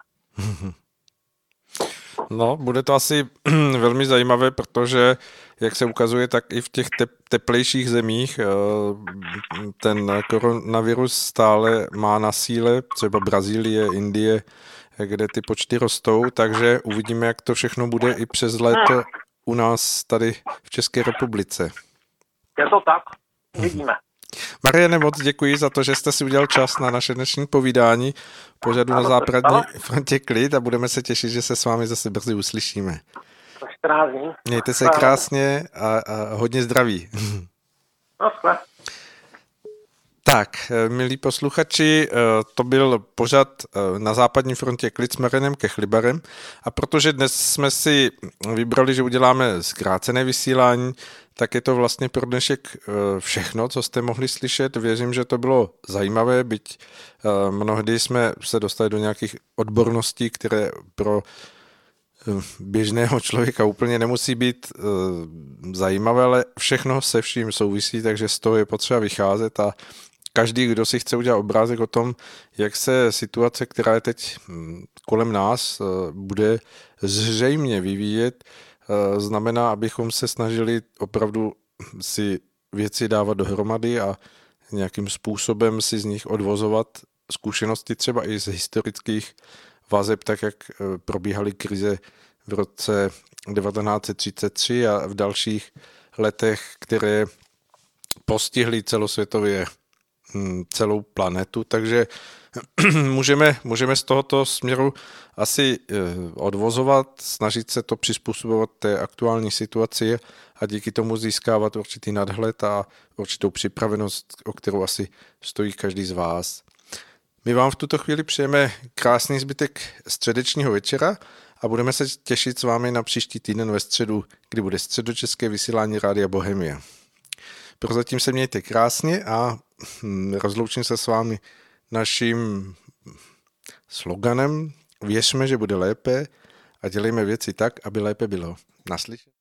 No, bude to asi velmi zajímavé, protože, jak se ukazuje, tak i v těch teplejších zemích ten koronavirus stále má na síle, třeba Brazílie, Indie, kde ty počty rostou, takže uvidíme, jak to všechno bude i přes léto u nás tady v České republice.
Je to tak. Vidíme.
Mariane, moc děkuji za to, že jste si udělal čas na naše dnešní povídání pořadu na Západní frontě Klid a budeme se těšit, že se s vámi zase brzy uslyšíme. Mějte se krásně a hodně zdraví. Tak, milí posluchači, to byl pořad na Západní frontě Klid s Marianem Kechlibarem a protože dnes jsme si vybrali, že uděláme zkrácené vysílání, tak je to vlastně pro dnešek všechno, co jste mohli slyšet. Věřím, že to bylo zajímavé, byť mnohdy jsme se dostali do nějakých odborností, které pro běžného člověka úplně nemusí být zajímavé, ale všechno se vším souvisí, takže z toho je potřeba vycházet a každý, kdo si chce udělat obrázek o tom, jak se situace, která je teď kolem nás, bude zřejmě vyvíjet, znamená, abychom se snažili opravdu si věci dávat dohromady a nějakým způsobem si z nich odvozovat zkušenosti třeba i z historických vazeb, tak jak probíhaly krize v roce 1933 a v dalších letech, které postihly celosvětově celou planetu, takže můžeme z tohoto směru asi odvozovat, snažit se to přizpůsobovat té aktuální situaci a díky tomu získávat určitý nadhled a určitou připravenost, o kterou asi stojí každý z vás. My vám v tuto chvíli přejeme krásný zbytek středečního večera a budeme se těšit s vámi na příští týden ve středu, kdy bude středočeské vysílání Rádia Bohemia. Prozatím se mějte krásně a rozloučím se s vámi naším sloganem: věřme, že bude lépe a dělejme věci tak, aby lépe bylo. Naslyšenou.